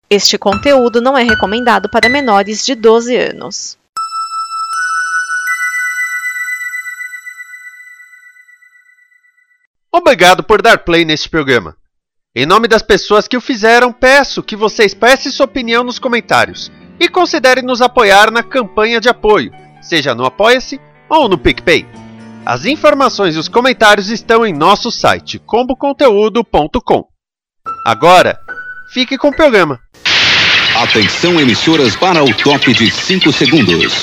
Este conteúdo não é recomendado para menores de 12 anos. Obrigado por dar play neste programa. Em nome das pessoas que o fizeram, peço que você expresse sua opinião nos comentários e considere nos apoiar na campanha de apoio, seja no Apoia-se ou no PicPay. As informações e os comentários estão em nosso site, comboconteúdo.com. Agora, fique com o programa. Atenção, emissoras, para o top de 5 segundos.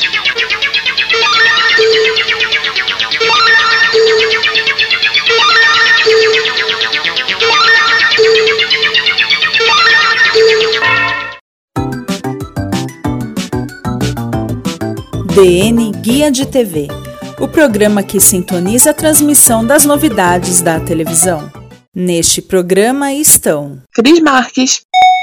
DN Guia de TV, o programa que sintoniza a transmissão das novidades da televisão. Neste programa estão Cris Marques.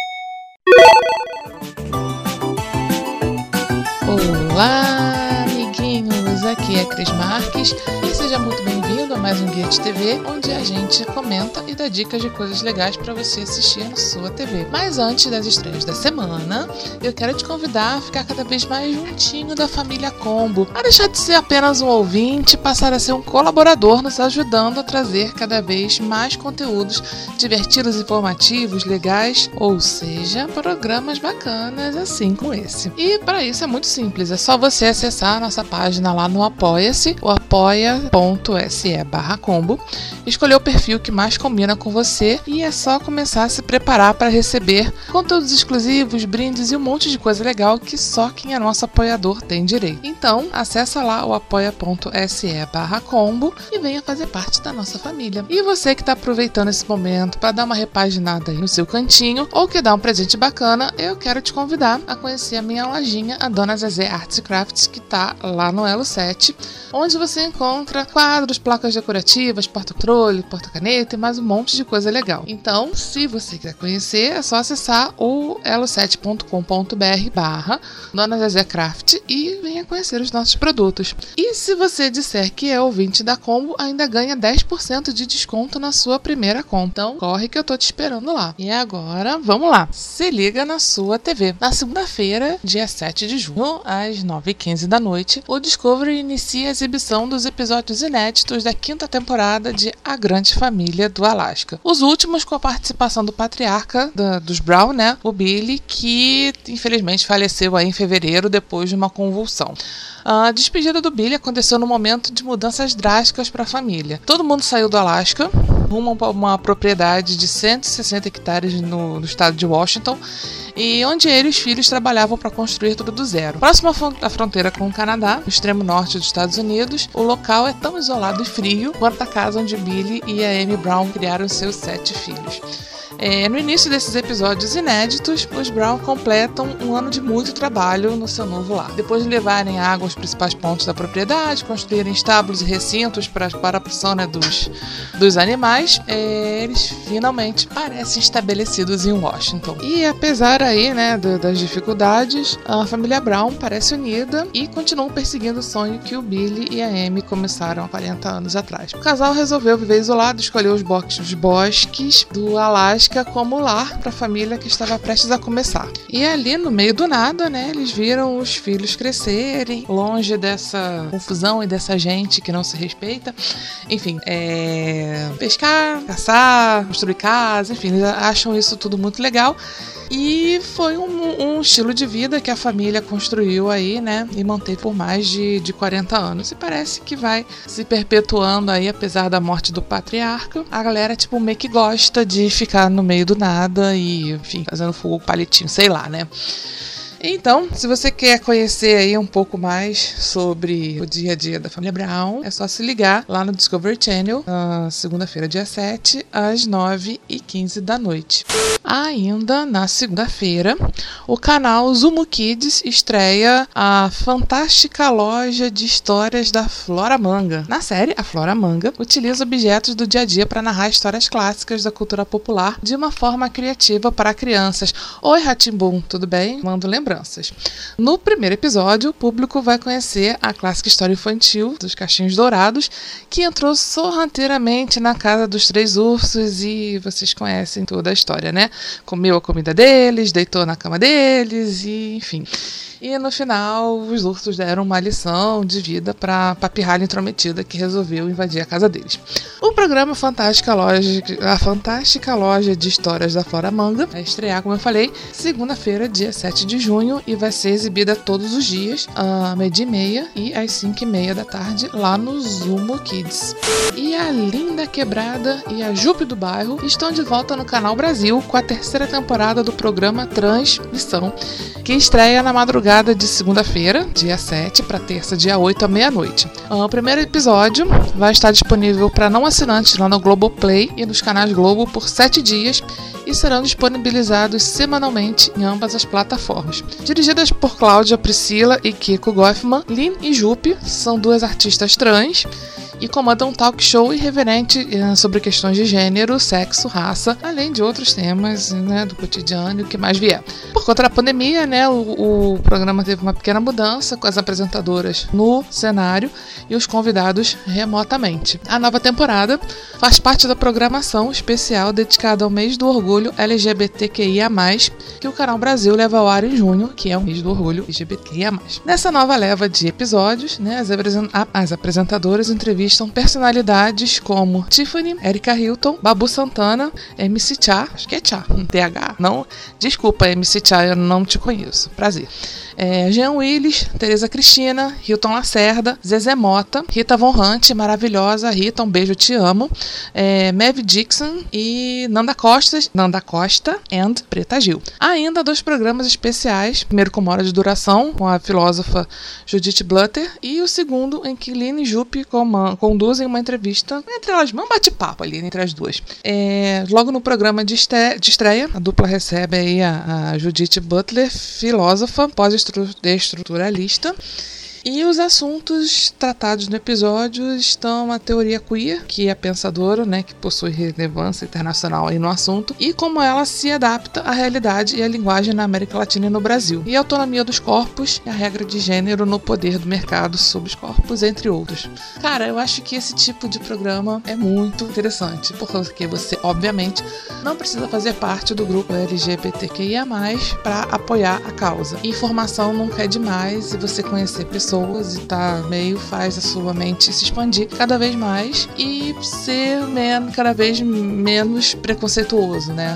Olá, amiguinhos, aqui é Cris Marques e seja muito bem-vindo a mais um Guia de TV, onde a gente comenta e dá dicas de coisas legais para você assistir na sua TV. Mas antes das estreias da semana, eu quero te convidar a ficar cada vez mais juntinho da família Combo, a deixar de ser apenas um ouvinte e passar a ser um colaborador, nos ajudando a trazer cada vez mais conteúdos divertidos, informativos, legais, ou seja, programas bacanas assim como esse. E para isso é muito simples, é só você acessar a nossa página lá no Apoia-se, o apoia.se/combo, escolher o perfil que mais combina com você e é só começar a se preparar para receber conteúdos exclusivos, brindes e um monte de coisa legal que só quem é nosso apoiador tem direito. Então, acessa lá o apoia.se/combo e venha fazer parte da nossa família. E você que está aproveitando esse momento para dar uma repaginada aí no seu cantinho ou quer dar um presente bacana, eu quero te convidar a conhecer a minha lojinha, a Dona Zezé Arts e Crafts, que está lá no Elo 7, onde você encontra quadros, placas decorativas, porta-controle, porta-caneta e mais um monte de coisa legal. Então, se você quiser conhecer, é só acessar o elo7.com.br/Dona Zezé Craft e venha conhecer os nossos produtos. E se você disser que é ouvinte da Combo, ainda ganha 10% de desconto na sua primeira compra. Então, corre que eu tô te esperando lá. E agora, vamos lá. Se liga na sua TV. Na segunda-feira, dia 7 de junho, às 9h15 da noite, o Discovery inicia a exibição dos episódios inéditos da 5ª temporada de A Grande Família do Alasca. Os últimos com a participação do patriarca dos Brown, né? O Billy, que infelizmente faleceu aí em fevereiro depois de uma convulsão. A despedida do Billy aconteceu no momento de mudanças drásticas para a família. Todo mundo saiu do Alasca, rumo a uma propriedade de 160 hectares no estado de Washington, e onde ele e os filhos trabalhavam para construir tudo do zero. Próximo à fronteira com o Canadá, no extremo norte dos Estados Unidos, o local é tão isolado e frio quanto a casa onde Billy e a Amy Brown criaram seus 7 filhos. No início desses episódios inéditos, os Brown completam um ano de muito trabalho no seu novo lar. Depois de levarem água aos principais pontos da propriedade, construírem estábulos e recintos para a produção, né, dos animais, eles finalmente parecem estabelecidos em Washington. E apesar aí, né, das dificuldades, a família Brown parece unida e continuam perseguindo o sonho que o Billy e a Amy começaram há 40 anos atrás. O casal resolveu viver isolado, escolheu os bosques do Alasca como lar para a família que estava prestes a começar. E ali, no meio do nada, né, eles viram os filhos crescerem, longe dessa confusão e dessa gente que não se respeita. Enfim, pescar, caçar, construir casa, enfim, eles acham isso tudo muito legal. E foi um estilo de vida que a família construiu aí, né, e manteve por mais de 40 anos. E parece que vai se perpetuando aí, apesar da morte do patriarca. A galera, tipo, meio que gosta de ficar no meio do nada e, enfim, fazendo fogo, palitinho, sei lá, né. Então, se você quer conhecer aí um pouco mais sobre o dia a dia da família Brown, é só se ligar lá no Discovery Channel, na segunda-feira, dia 7, às 9h15 da noite. Ainda na segunda-feira, o canal Zumo Kids estreia a fantástica loja de histórias da Flora Manga. Na série, a Flora Manga utiliza objetos do dia a dia para narrar histórias clássicas da cultura popular de uma forma criativa para crianças. Oi, Rá-Tim-Bum, tudo bem? Mando lembrança lembranças. No primeiro episódio, o público vai conhecer a clássica história infantil dos Cachinhos Dourados, que entrou sorrateiramente na casa dos 3 ursos e vocês conhecem toda a história, né? Comeu a comida deles, deitou na cama deles e enfim. E no final, os ursos deram uma lição de vida para a pirralha intrometida que resolveu invadir a casa deles. O programa A Fantástica Loja de Histórias da Flora Manga vai estrear, como eu falei, segunda-feira, dia 7 de junho, e vai ser exibida todos os dias, às 12h30 e às 5h30 da tarde, lá no Zumo Kids. E a Linda Quebrada e a Jupe do Bairro estão de volta no Canal Brasil com a 3ª temporada do programa Transmissão, que estreia na madrugada de segunda-feira, dia 7, para terça, dia 8, à meia-noite. O primeiro episódio vai estar disponível para não assinantes lá no Globoplay e nos canais Globo por 7 dias e serão disponibilizados semanalmente em ambas as plataformas. Dirigidas por Cláudia Priscila e Kiko Goffman, Lin e Jupe são 2 artistas trans e comandam um talk show irreverente sobre questões de gênero, sexo, raça, além de outros temas, né, do cotidiano e o que mais vier. Por conta da pandemia, né, o programa teve uma pequena mudança, com as apresentadoras no cenário e os convidados remotamente. A nova temporada faz parte da programação especial dedicada ao mês do orgulho LGBTQIA+, que o Canal Brasil leva ao ar em junho, que é o mês do orgulho LGBTQIA+. Nessa nova leva de episódios, né, as apresentadoras entrevistam personalidades como Tiffany, Erika Hilton, Babu Santana, MC Tchá, acho que é Tchá, TH, não, desculpa MC Tchá, eu não te conheço, prazer. Jean Willis, Tereza Cristina, Hilton Lacerda, Zezé Mota, Rita Von Hunt, maravilhosa Rita, um beijo, te amo, Maeve Dixon e Nanda Costa and Preta Gil. Ainda 2 programas especiais, primeiro com 1 hora de duração, com a filósofa Judith Butler, e o segundo em que Lina e Jupe conduzem uma entrevista entre elas, um bate-papo ali entre as 2. Logo no programa de estreia, a dupla recebe aí a Judith Butler, filósofa, pós-estruturalista. E os assuntos tratados no episódio estão a teoria queer, que é pensadora, né, que possui relevância internacional aí no assunto, e como ela se adapta à realidade e à linguagem na América Latina e no Brasil, e a autonomia dos corpos e a regra de gênero no poder do mercado sobre os corpos, entre outros. Cara, eu acho que esse tipo de programa é muito interessante, porque você, obviamente, não precisa fazer parte do grupo LGBTQIA+, para apoiar a causa. Informação nunca é demais, e você conhecer pessoas e faz a sua mente se expandir cada vez mais e ser cada vez menos preconceituoso, né?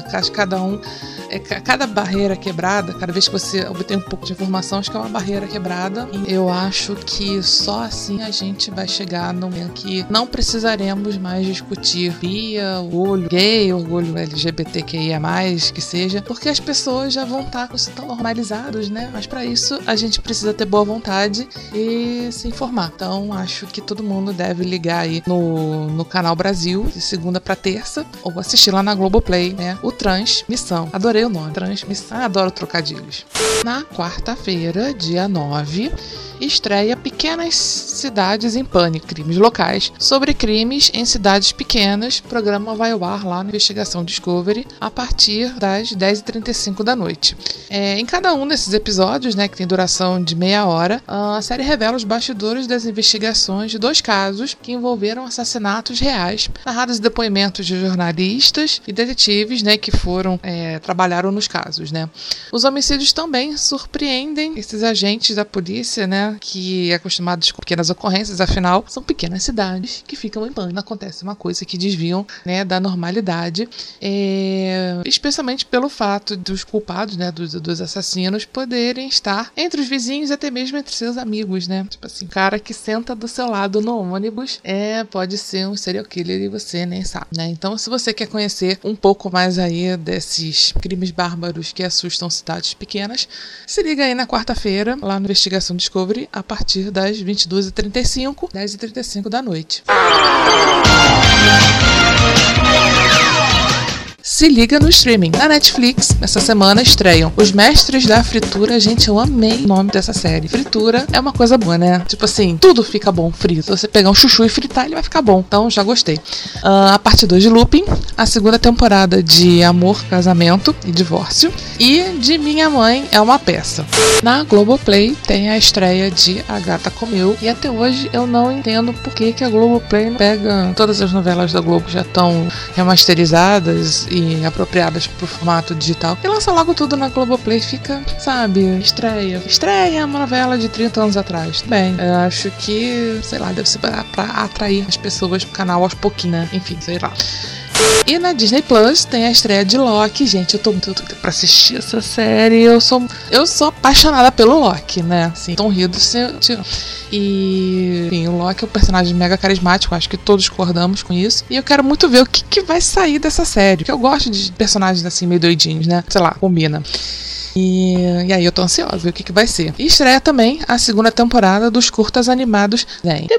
Cada barreira quebrada, cada vez que você obtém um pouco de informação, acho que é uma barreira quebrada. E eu acho que só assim a gente vai chegar no momento que não precisaremos mais discutir orgulho gay, orgulho LGBTQIA+, que seja, porque as pessoas já vão estar com isso tão normalizados, né? Mas para isso a gente precisa ter boa vontade e se informar. Então acho que todo mundo deve ligar aí no Canal Brasil, de segunda para terça, ou assistir lá na Globoplay, né? O Transmissão. Adorei o nome, Transmissão. Adoro trocadilhos. Na quarta-feira, dia 9, estreia Pequenas Cidades em Pânico, crimes locais. Sobre crimes em cidades pequenas, o programa vai ao ar lá no Investigação Discovery a partir das 10h35 da noite. Em cada um desses episódios, né, que tem duração de meia hora, a série revela os bastidores das investigações de 2 casos que envolveram assassinatos reais, narrados em depoimentos de jornalistas e detetives, né, que trabalharam nos casos, né. Os homicídios também surpreendem esses agentes da polícia, né, que é acostumados com pequenas ocorrências, afinal, são pequenas cidades que ficam em pânico. Acontece uma coisa que desviam, né, da normalidade, especialmente pelo fato dos culpados, né, dos assassinos, poderem estar entre os vizinhos e até mesmo entre seus amigos, né? Tipo assim, o cara que senta do seu lado no ônibus pode ser um serial killer e você nem sabe, né? Então, se você quer conhecer um pouco mais aí desses crimes bárbaros que assustam cidades pequenas, se liga aí na quarta-feira, lá no Investigação Discovery, a partir das 22h35, 10h35 da noite. se liga no streaming. Na Netflix, essa semana estreiam Os Mestres da Fritura. Gente, eu amei o nome dessa série. Fritura é uma coisa boa, né? Tipo assim, tudo fica bom frito. Se você pegar um chuchu e fritar, ele vai ficar bom. Então, já gostei. A parte 2 de Lupin, a segunda temporada de Amor, Casamento e Divórcio. E de Minha Mãe é uma Peça. Na Globoplay tem a estreia de A Gata Comeu. E até hoje eu não entendo por que a Globoplay não pega todas as novelas da Globo que já estão remasterizadas e apropriadas pro formato digital. E lança logo tudo na Globoplay. Fica, sabe, estreia uma novela de 30 anos atrás. Bem, eu acho que, sei lá, deve ser pra atrair as pessoas pro canal aos pouquinhos, né? Enfim, sei lá. E na Disney Plus tem a estreia de Loki. Gente, eu tô muito pra assistir essa série. Eu sou apaixonada pelo Loki, né? Assim, Tom Hiddleston. E, enfim, o Loki é um personagem mega carismático. Acho que todos concordamos com isso. E eu quero muito ver o que vai sair dessa série. Porque eu gosto de personagens assim, meio doidinhos, né? Sei lá, combina. E aí eu tô ansiosa, ver o que vai ser. E estreia também a segunda temporada dos curtas animados Zen.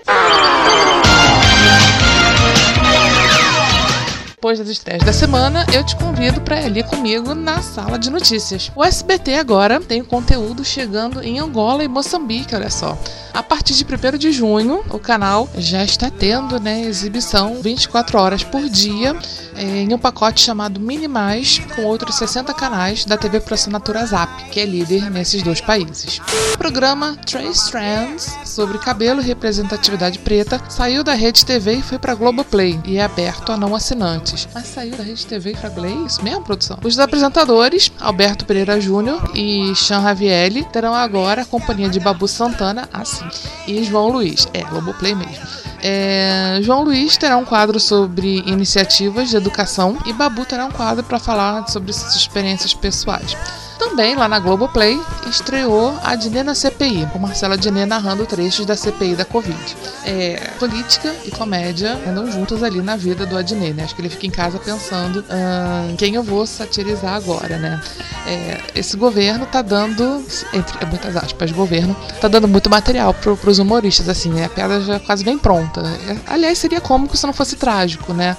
Depois das estreias da semana, eu te convido para ir comigo na sala de notícias. O SBT agora tem conteúdo chegando em Angola e Moçambique, olha só. A partir de 1º de junho, o canal já está tendo, né, exibição 24 horas por dia em um pacote chamado Minimais, com outros 60 canais da TV por assinatura Zap, que é líder nesses dois países. O programa Trace Strands, sobre cabelo e representatividade preta, saiu da Rede TV e foi para Globoplay, e é aberto a não assinantes. Mas saiu da Rede TV para Globoplay? Isso mesmo, produção? Os apresentadores, Alberto Pereira Júnior e Chan Ravielli, terão agora a companhia de Babu Santana, assim, e João Luiz. É, Globoplay mesmo. João Luiz terá um quadro sobre iniciativas de educação e Babu terá um quadro para falar sobre suas experiências pessoais. Também, lá na Globoplay, estreou a Adnet na CPI, com Marcela Adnet narrando trechos da CPI da Covid. Política e comédia andam juntos ali na vida do Adnet, né? Acho que ele fica em casa pensando quem eu vou satirizar agora, né? Esse governo tá dando, entre muitas aspas, governo, tá dando muito material pros humoristas, assim, né? A piada já quase vem pronta. Aliás, seria cômico se não fosse trágico, né?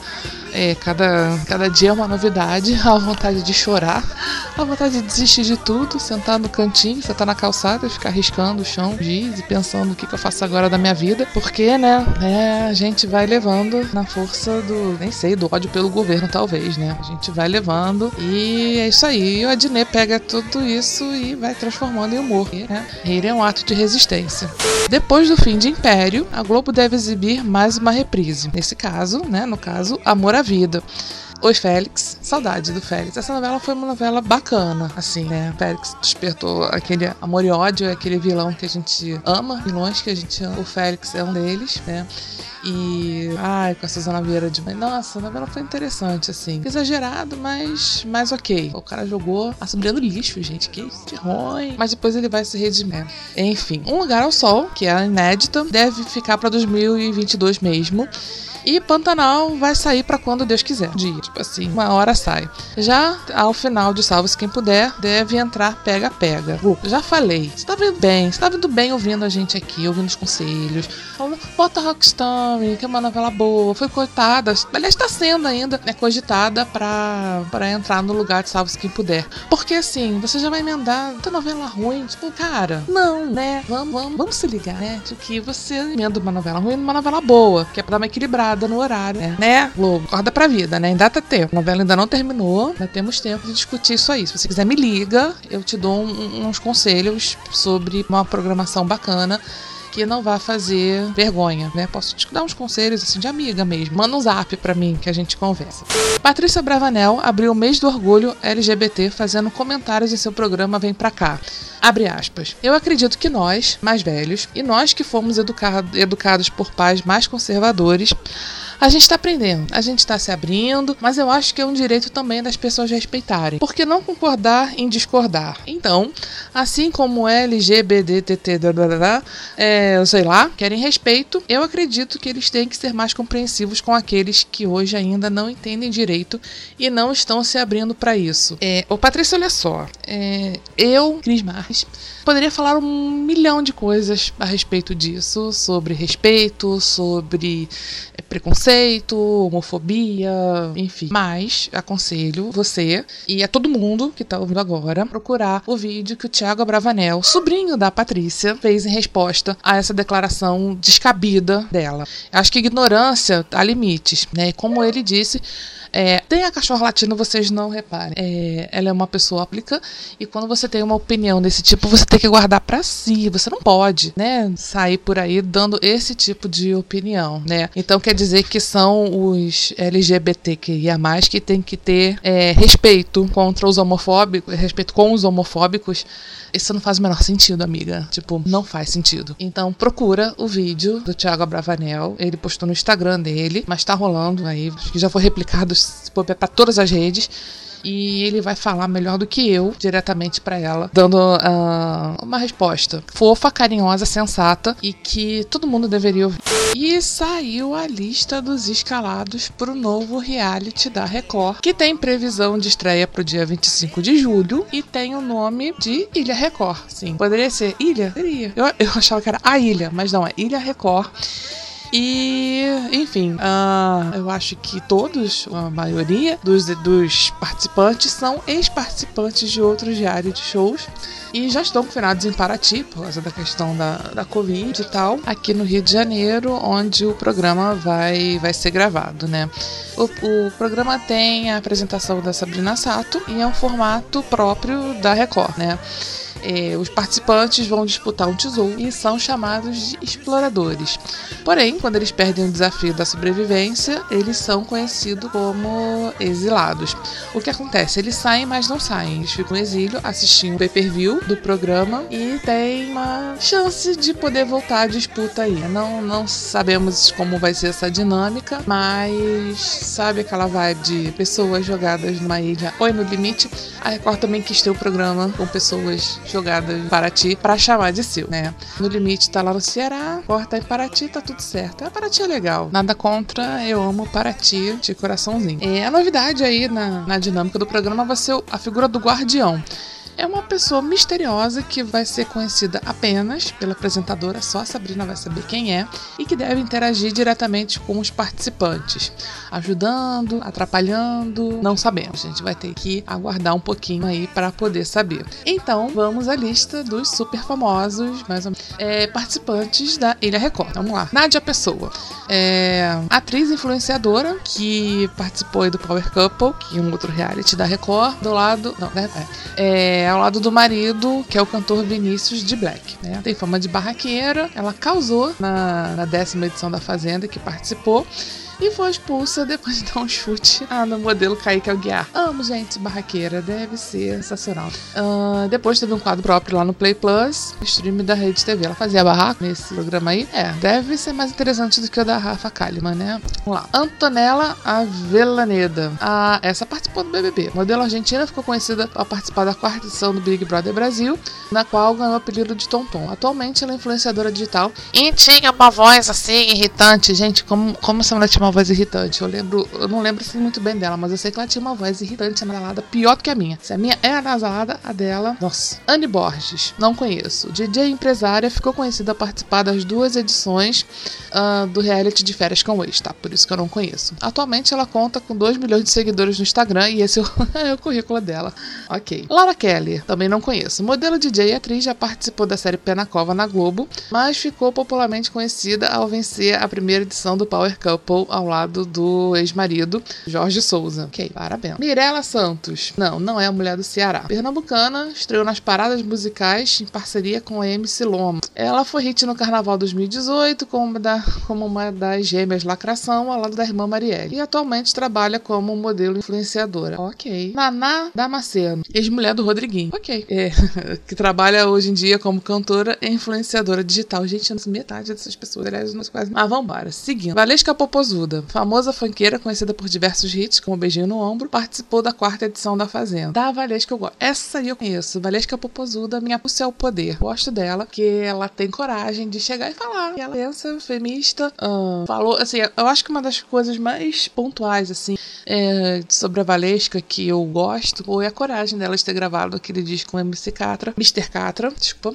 Cada dia é uma novidade, a vontade de chorar, a vontade de desistir de tudo, sentar no cantinho, sentar na calçada e ficar riscando o chão, giz, e pensando o que eu faço agora da minha vida, porque, né, a gente vai levando na força do ódio pelo governo, talvez, né, a gente vai levando e é isso aí, e o Adnet pega tudo isso e vai transformando em humor, né, rir é um ato de resistência. Depois do fim de Império, a Globo deve exibir mais uma reprise, nesse caso, né, no caso, Amor à Vida. Oi, Félix. Saudade do Félix. Essa novela foi uma novela bacana, assim, né? O Félix despertou aquele amor e ódio, aquele vilão que a gente ama, vilões que a gente ama. O Félix é um deles, né? E... com a Suzana Vieira de... Nossa, a novela foi interessante, assim. Exagerado, mas ok. O cara jogou a sobrinha do lixo, gente. Que ruim. Mas depois ele vai se redimir. Enfim. Um Lugar ao Sol, que é a inédita, deve ficar pra 2022 mesmo. E Pantanal vai sair pra quando Deus quiser. Tipo assim, uma hora sai. Já ao final de Salve-se Quem Puder, deve entrar Pega Pega. Já falei. Você tá vendo bem ouvindo a gente aqui, ouvindo os conselhos. Bota Rockstory, que é uma novela boa. Foi cogitada, aliás, tá sendo ainda, cogitada pra entrar no lugar de Salve-se Quem Puder. Porque assim, você já vai emendar tanta novela ruim. Tipo, cara, não, né? Vamos se ligar, né? De que você emenda uma novela ruim numa novela boa, que é pra dar uma equilibrada no horário, né? Globo, acorda pra vida, né? Ainda tá tempo. A novela ainda não terminou, ainda temos tempo de discutir isso aí. Se você quiser, me liga, eu te dou uns conselhos sobre uma programação bacana que não vai fazer vergonha, né? Posso te dar uns conselhos, assim, de amiga mesmo. Manda um zap pra mim que a gente conversa. Patrícia Bravanel abriu o mês do orgulho LGBT fazendo comentários em seu programa Vem Pra Cá. Abre aspas. Eu acredito que nós, mais velhos, e nós que fomos educados por pais mais conservadores, a gente está aprendendo, a gente está se abrindo, mas eu acho que é um direito também das pessoas respeitarem. Por que não concordar em discordar? Então, assim como LGBT, sei lá, querem respeito, eu acredito que eles têm que ser mais compreensivos com aqueles que hoje ainda não entendem direito e não estão se abrindo para isso. Patrícia, olha só, eu, Cris Marques, poderia falar 1 milhão de coisas a respeito disso, sobre respeito, sobre preconceito, preconceito, homofobia, enfim. Mas aconselho você e a todo mundo que tá ouvindo agora procurar o vídeo que o Thiago Abravanel, sobrinho da Patrícia, fez em resposta a essa declaração descabida dela. Acho que ignorância há limites, né? E como ele disse, tem a cachorra latina, vocês não reparem. Ela é uma pessoa pública e quando você tem uma opinião desse tipo, você tem que guardar pra si. Você não pode, né, sair por aí dando esse tipo de opinião, né? Então quer dizer que são os LGBTQIA+, que tem que ter respeito contra os homofóbicos, respeito com os homofóbicos. Isso não faz o menor sentido, amiga. Tipo, não faz sentido. Então procura o vídeo do Thiago Abravanel. Ele postou no Instagram dele, mas tá rolando aí, acho que já foi replicado para todas as redes. E ele vai falar melhor do que eu, diretamente pra ela, dando uma resposta fofa, carinhosa, sensata e que todo mundo deveria ouvir. E saiu a lista dos escalados pro novo reality da Record, que tem previsão de estreia pro dia 25 de julho e tem o nome de Ilha Record. Sim, poderia ser Ilha? Seria. Eu achava que era a Ilha, mas não, é Ilha Record. E, enfim, eu acho que todos, a maioria dos participantes são ex-participantes de outros reality shows e já estão confinados em Paraty por causa da questão da Covid e tal, aqui no Rio de Janeiro, onde o programa vai ser gravado, né? O programa tem a apresentação da Sabrina Sato e é um formato próprio da Record, né? Os participantes vão disputar um tesouro e são chamados de exploradores. Porém, quando eles perdem o desafio da sobrevivência, eles são conhecidos como exilados. O que acontece? Eles saem, mas não saem. Eles ficam no exílio, assistindo o pay-per-view do programa e tem uma chance de poder voltar à disputa aí. Não sabemos como vai ser essa dinâmica, mas sabe aquela vibe de pessoas jogadas numa ilha ou no limite? A Record também quis ter o programa com pessoas jogadas em Paraty pra chamar de seu, né? No limite tá lá no Ceará, corta em Paraty, tá tudo certo. Paraty é legal. Nada contra, eu amo Paraty de coraçãozinho. A novidade aí na dinâmica do programa vai ser a figura do guardião. É uma pessoa misteriosa que vai ser conhecida apenas pela apresentadora, só a Sabrina vai saber quem é, e que deve interagir diretamente com os participantes, ajudando, atrapalhando, não sabemos. A gente vai ter que aguardar um pouquinho aí para poder saber. Então, vamos à lista dos super famosos, mais ou menos, participantes da Ilha Record. Vamos lá. Nádia Pessoa, atriz influenciadora que participou do Power Couple, que é um outro reality da Record, ao lado do marido, que é o cantor Vinícius de Black, né? Tem fama de barraqueira, ela causou na 10ª edição da Fazenda que participou e foi expulsa depois de dar um chute no modelo Kaique Aguiar. Amo, gente, barraqueira, deve ser sensacional. Depois teve um quadro próprio lá no Play Plus, stream da Rede TV. Ela fazia barraco nesse programa aí. Deve ser mais interessante do que o da Rafa Kalimann, né? Vamos lá. Antonella Avellaneda. Essa participou do BBB. Modelo argentina, ficou conhecida ao participar da 4ª edição do Big Brother Brasil, na qual ganhou o apelido de Tonton. Atualmente ela é influenciadora digital e tinha uma voz assim irritante. Gente, como essa mulher tinha uma voz irritante. Eu não lembro assim muito bem dela, mas eu sei que ela tinha uma voz irritante, anasalada, pior do que a minha. Se a minha é anasalada, a dela, nossa. Anne Borges, não conheço. DJ empresária, ficou conhecida a participar das 2 edições do reality de Férias com o Ex, tá? Por isso que eu não conheço. Atualmente ela conta com 2 milhões de seguidores no Instagram e esse é o currículo dela. Ok. Laura Keller, também não conheço. Modelo, DJ e atriz, já participou da série Pé na Cova na Globo, mas ficou popularmente conhecida ao vencer a 1ª edição do Power Couple ao lado do ex-marido Jorge Souza. Ok, parabéns. Mirella Santos, não é a mulher do Ceará. Pernambucana, estreou nas paradas musicais em parceria com a MC Loma. Ela foi hit no Carnaval 2018 como uma das gêmeas Lacração ao lado da irmã Marielle. E atualmente trabalha como modelo influenciadora. Ok. Naná Damasceno, ex-mulher do Rodriguinho. Ok. Que trabalha hoje em dia como cantora e influenciadora digital. Gente, eu não sei metade dessas pessoas. Aliás, não sei quase. Mas vambora. Seguindo. Valesca Popozuda, famosa funkeira conhecida por diversos hits, como Beijinho no Ombro, participou da 4ª edição da Fazenda. Da Valesca eu gosto. Essa aí eu conheço. Valesca Popozuda, minha pulsa é o poder. Gosto dela, que ela tem coragem de chegar e falar. Ela pensa, feminista, falou, assim, eu acho que uma das coisas mais pontuais, assim, sobre a Valesca que eu gosto foi a coragem dela de ter gravado aquele disco com MC Catra, Mr. Catra, desculpa.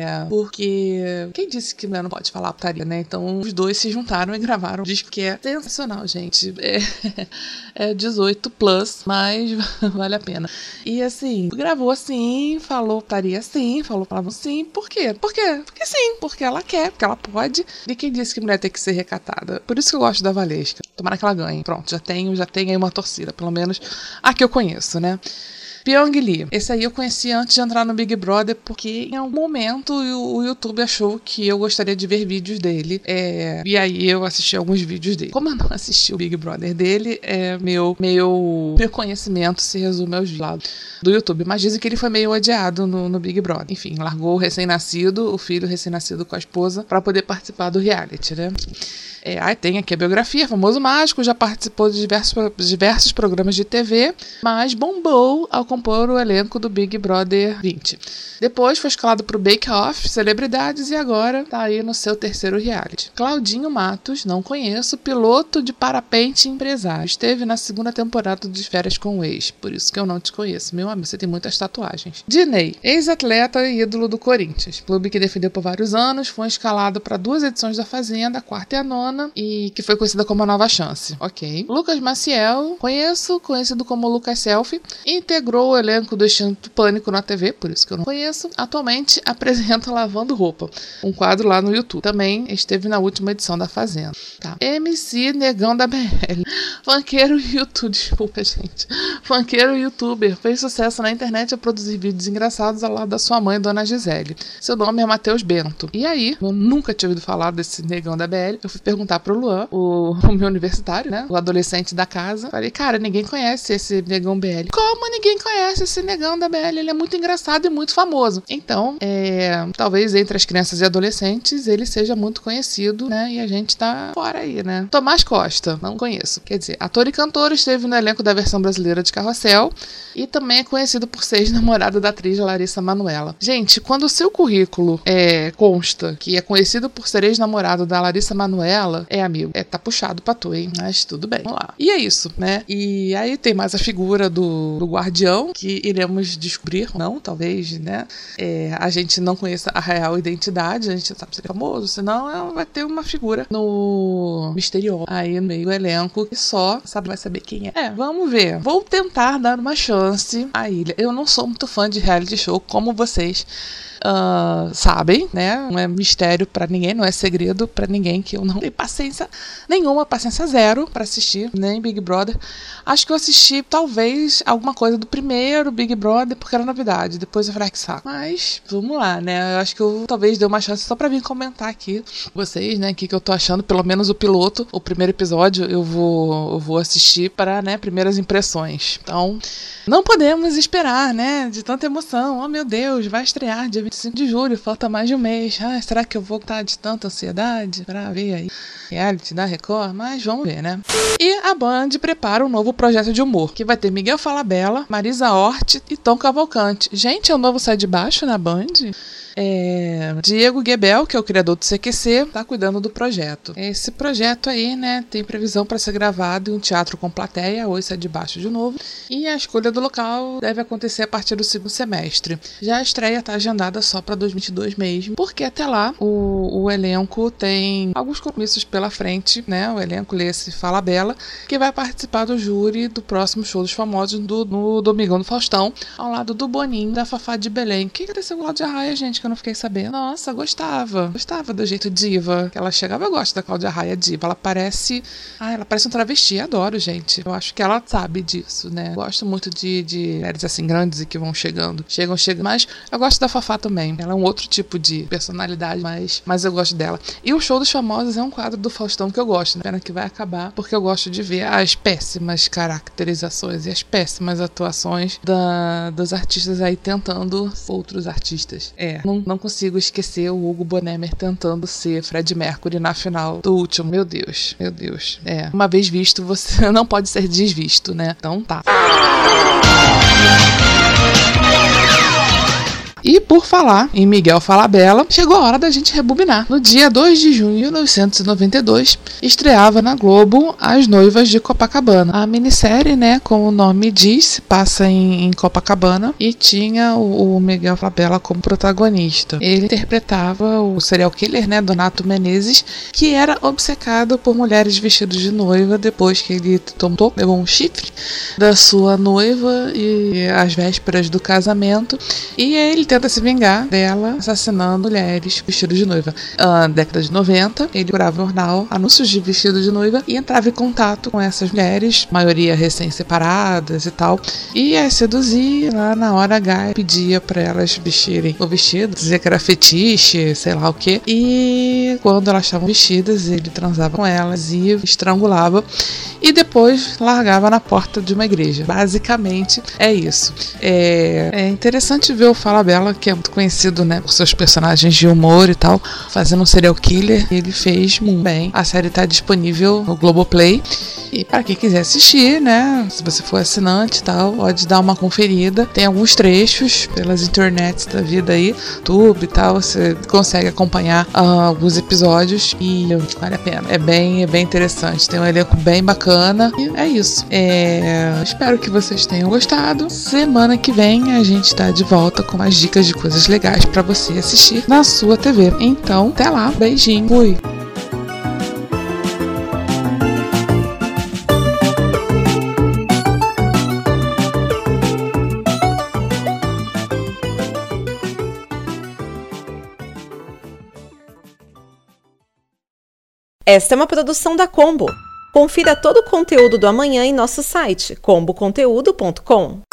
Porque quem disse que mulher não pode falar putaria, né? Então os dois se juntaram e gravaram um disco que é sensacional, gente. É 18+, mas vale a pena. E assim, gravou assim, falou putaria assim, falou palavra sim. Por quê? Porque sim, porque ela quer, porque ela pode. E quem disse que mulher tem que ser recatada? Por isso que eu gosto da Valesca. Tomara que ela ganhe. Pronto, já tenho aí uma torcida, pelo menos a que eu conheço, né? Pyong Lee. Esse aí eu conheci antes de entrar no Big Brother, porque em algum momento o YouTube achou que eu gostaria de ver vídeos dele. E aí eu assisti alguns vídeos dele. Como eu não assisti o Big Brother dele, meu conhecimento se resume aos vídeos do YouTube. Mas dizem que ele foi meio odiado no Big Brother. Enfim, largou o recém-nascido, o filho recém-nascido com a esposa, pra poder participar do reality, né? Aí tem aqui a biografia, famoso mágico, já participou de diversos programas de TV, mas bombou ao compor o elenco do Big Brother 20. Depois foi escalado pro Bake Off, Celebridades, e agora tá aí no seu terceiro reality. Claudinho Matos, não conheço, piloto de parapente empresário. Esteve na segunda temporada de Férias com o Ex, por isso que eu não te conheço. Meu amigo, você tem muitas tatuagens. Diney, ex-atleta e ídolo do Corinthians. Clube que defendeu por vários anos, foi escalado para 2 edições da Fazenda, a 4ª e a 9ª, e que foi conhecida como a Nova Chance. Ok. Lucas Maciel, conhecido como Lucas Selfie, integrou o elenco do Extinto Pânico na TV, por isso que eu não conheço. Atualmente apresenta Lavando Roupa, um quadro lá no YouTube. Também esteve na última edição da Fazenda. Tá. MC Negão da BL. Funkeiro e youtuber. Desculpa, gente. Funkeiro e youtuber. Fez sucesso na internet a produzir vídeos engraçados ao lado da sua mãe, Dona Gisele. Seu nome é Matheus Bento. E aí, eu nunca tinha ouvido falar desse Negão da BL. Eu fui perguntar pro Luan, o meu universitário, né? O adolescente da casa. Falei, cara, ninguém conhece esse Negão BL. Como ninguém conhece esse Negão da BL? Ele é muito engraçado e muito famoso. Então, talvez entre as crianças e adolescentes ele seja muito conhecido, né? E a gente tá fora aí, né? Tomás Costa, não conheço. Quer dizer, ator e cantor, esteve no elenco da versão brasileira de Carrossel e também é conhecido por ser ex-namorado da atriz Larissa Manoela. Gente, quando o seu currículo consta que é conhecido por ser ex-namorado da Larissa Manoela, amigo, tá puxado pra tu, hein? Mas tudo bem, vamos lá. E é isso, né? E aí tem mais a figura do guardião, que iremos descobrir, não, talvez, né? A gente não conheça a real identidade, a gente sabe se ele é famoso, senão vai ter uma figura no misterioso aí no meio do elenco que só vai saber quem é. Vamos ver. Vou tentar dar uma chance à ilha. Eu não sou muito fã de reality show, como vocês sabem, né? Não é mistério pra ninguém, não é segredo pra ninguém que eu não tenho paciência nenhuma, paciência zero pra assistir, nem Big Brother. Acho que eu assisti talvez alguma coisa do primeiro Big Brother porque era novidade, depois eu falei que saco. Mas vamos lá, né? Eu acho que eu talvez dê uma chance só pra vir comentar aqui com vocês, né? O que eu tô achando, pelo menos o piloto, o primeiro episódio eu vou assistir para, né, primeiras impressões. Então, não podemos esperar, né? De tanta emoção. Oh meu Deus, vai estrear dia 25 de julho, falta mais de um mês. Será que eu vou estar de tanta ansiedade pra ver aí reality da Record? Mas vamos ver, né? E a Band prepara um novo projeto de humor, que vai ter Miguel Falabella, Marisa Hort e Tom Cavalcante. Gente, é o novo Sai de Baixo na Band? Diego Gebel, que é o criador do CQC, tá cuidando do projeto. Esse projeto aí, né, tem previsão para ser gravado em um teatro com plateia, ou Sai de Baixo de novo, e a escolha do local deve acontecer a partir do segundo semestre. Já a estreia tá agendada só para 2022 mesmo, porque até lá o elenco tem alguns compromissos pela frente, né, o elenco lê-se Falabella, que vai participar do júri do próximo Show dos Famosos no Domingão do Faustão, ao lado do Boninho, da Fafá de Belém. O que aconteceu com o Cláudia Raia, gente, que eu não fiquei sabendo? Nossa, gostava do jeito diva que ela chegava. Eu gosto da Cláudia Raia diva, ela parece um travesti, adoro, gente. Eu acho que ela sabe disso, né? Gosto muito de mulheres assim grandes e que vão chegam, mas eu gosto da Fafá também. Ela é um outro tipo de personalidade, mas eu gosto dela. E o Show dos Famosos é um quadro do Faustão que eu gosto, né? Pena que vai acabar, porque eu gosto de ver as péssimas caracterizações e as péssimas atuações dos artistas aí tentando outros artistas. Não consigo esquecer o Hugo Bonemer tentando ser Fred Mercury na final do último. Meu Deus. Uma vez visto, você não pode ser desvisto, né? Então tá. E por falar em Miguel Falabella, chegou a hora da gente rebobinar. No dia 2 de junho de 1992, estreava na Globo As Noivas de Copacabana. A minissérie, né, como o nome diz, se passa em Copacabana e tinha o Miguel Falabella como protagonista. Ele interpretava o serial killer, né, Donato Menezes, que era obcecado por mulheres vestidas de noiva depois que ele levou um chifre da sua noiva e às vésperas do casamento, e ele tenta se vingar dela assassinando mulheres vestidas de noiva. Na década de 90, ele procurava no jornal anúncios de vestido de noiva e entrava em contato com essas mulheres, maioria recém-separadas e tal, e as seduzia lá na hora H, pedia para elas vestirem o vestido, dizia que era fetiche, sei lá o que, e quando elas estavam vestidas, ele transava com elas e estrangulava e depois largava na porta de uma igreja. Basicamente é isso. É interessante ver o Falabella, que é muito conhecido, né, por seus personagens de humor e tal, fazendo um serial killer. Ele fez muito bem. A série está disponível no Globoplay. E para quem quiser assistir, né, se você for assinante e tal, pode dar uma conferida. Tem alguns trechos pelas internets da vida aí, YouTube e tal, você consegue acompanhar alguns episódios e vale a pena. É bem interessante, tem um elenco bem bacana e é isso. Espero que vocês tenham gostado. Semana que vem a gente tá de volta com mais dicas de coisas legais para você assistir na sua TV. Então, até lá, beijinho, fui! Esta é uma produção da Combo. Confira todo o conteúdo do amanhã em nosso site comboconteúdo.com.